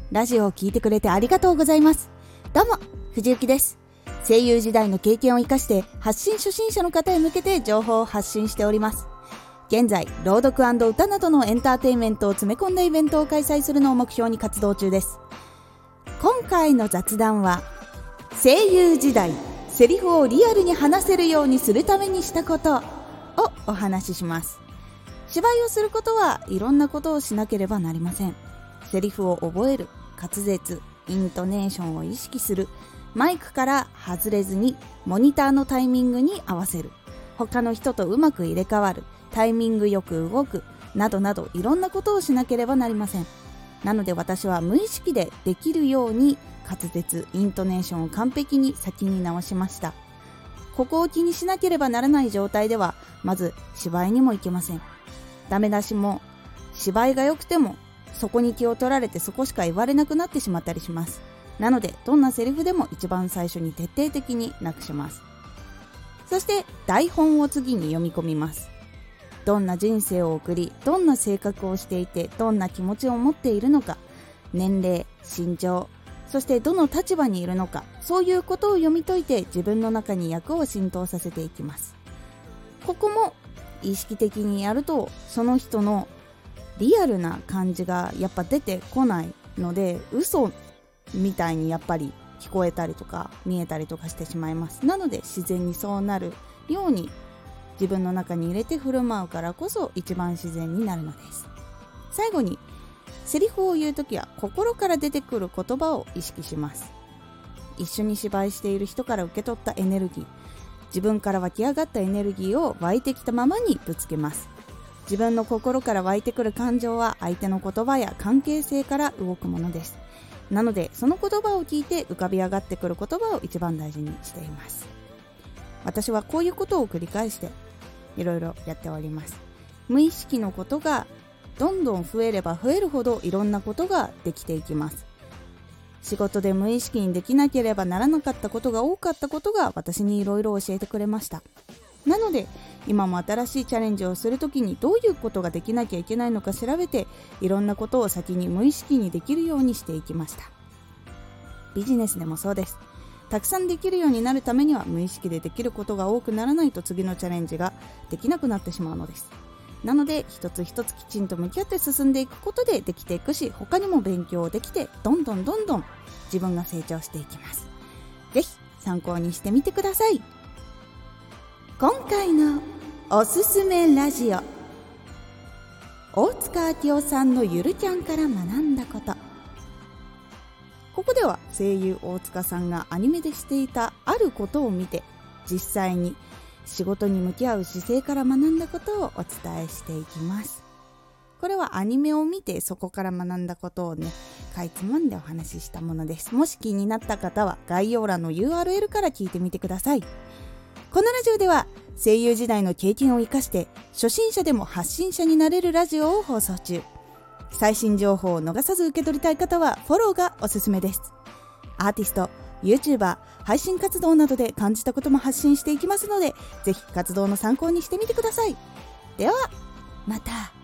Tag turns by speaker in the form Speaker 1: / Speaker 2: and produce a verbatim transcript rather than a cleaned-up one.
Speaker 1: ラジオを聞いてくれてありがとうございます。どうも、藤幸です。声優時代の経験を生かして発信初心者の方へ向けて情報を発信しております。現在、朗読&歌などのエンターテインメントを詰め込んだイベントを開催するのを目標に活動中です。今回の雑談は、声優時代、セリフをリアルに話せるようにするためにしたことをお話しします。芝居をすることはいろんなことをしなければなりません。セリフを覚える、滑舌、イントネーションを意識する、マイクから外れずにモニターのタイミングに合わせる、他の人とうまく入れ替わる、タイミングよく動くなどなどいろんなことをしなければなりません。なので私は無意識でできるように滑舌、イントネーションを完璧に先に直しました。ここを気にしなければならない状態ではまず芝居にもいけません。ダメ出しも芝居が良くてもそこに気を取られてそこしか言われなくなってしまったりします。なのでどんなセリフでも一番最初に徹底的になくします。そして台本を次に読み込みます。どんな人生を送り、どんな性格をしていて、どんな気持ちを持っているのか、年齢、身長、そしてどの立場にいるのか、そういうことを読み解いて自分の中に役を浸透させていきます。ここも意識的にやるとその人のリアルな感じがやっぱ出てこないので、嘘みたいにやっぱり聞こえたりとか見えたりとかしてしまいます。なので自然にそうなるように自分の中に入れて振る舞うからこそ一番自然になるのです。最後にセリフを言うときは心から出てくる言葉を意識します。一緒に芝居している人から受け取ったエネルギー、自分から湧き上がったエネルギーを湧いてきたままにぶつけます。自分の心から湧いてくる感情は相手の言葉や関係性から動くものです。なのでその言葉を聞いて浮かび上がってくる言葉を一番大事にしています。私はこういうことを繰り返していろいろやっております。無意識のことがどんどん増えれば増えるほどいろんなことができていきます。仕事で無意識にできなければならなかったことが多かったことが私にいろいろ教えてくれました。なので今も新しいチャレンジをするときにどういうことができなきゃいけないのか調べて、いろんなことを先に無意識にできるようにしていきました。ビジネスでもそうです。たくさんできるようになるためには無意識でできることが多くならないと次のチャレンジができなくなってしまうのです。なので一つ一つきちんと向き合って進んでいくことでできていくし、他にも勉強できてどんどんどんどん自分が成長していきます。ぜひ参考にしてみてください。今回のおすすめラジオ、大塚明夫さんのゆるキャンから学んだこと。ここでは声優大塚さんがアニメでしていたあることを見て、実際に仕事に向き合う姿勢から学んだことをお伝えしていきます。これはアニメを見てそこから学んだことをね、かいつまんでお話ししたものです。もし気になった方は概要欄の ユーアールエル から聞いてみてください。このラジオでは声優時代の経験を生かして初心者でも発信者になれるラジオを放送中。最新情報を逃さず受け取りたい方はフォローがおすすめです。アーティスト、YouTuber、配信活動などで感じたことも発信していきますので、ぜひ活動の参考にしてみてください。ではまた。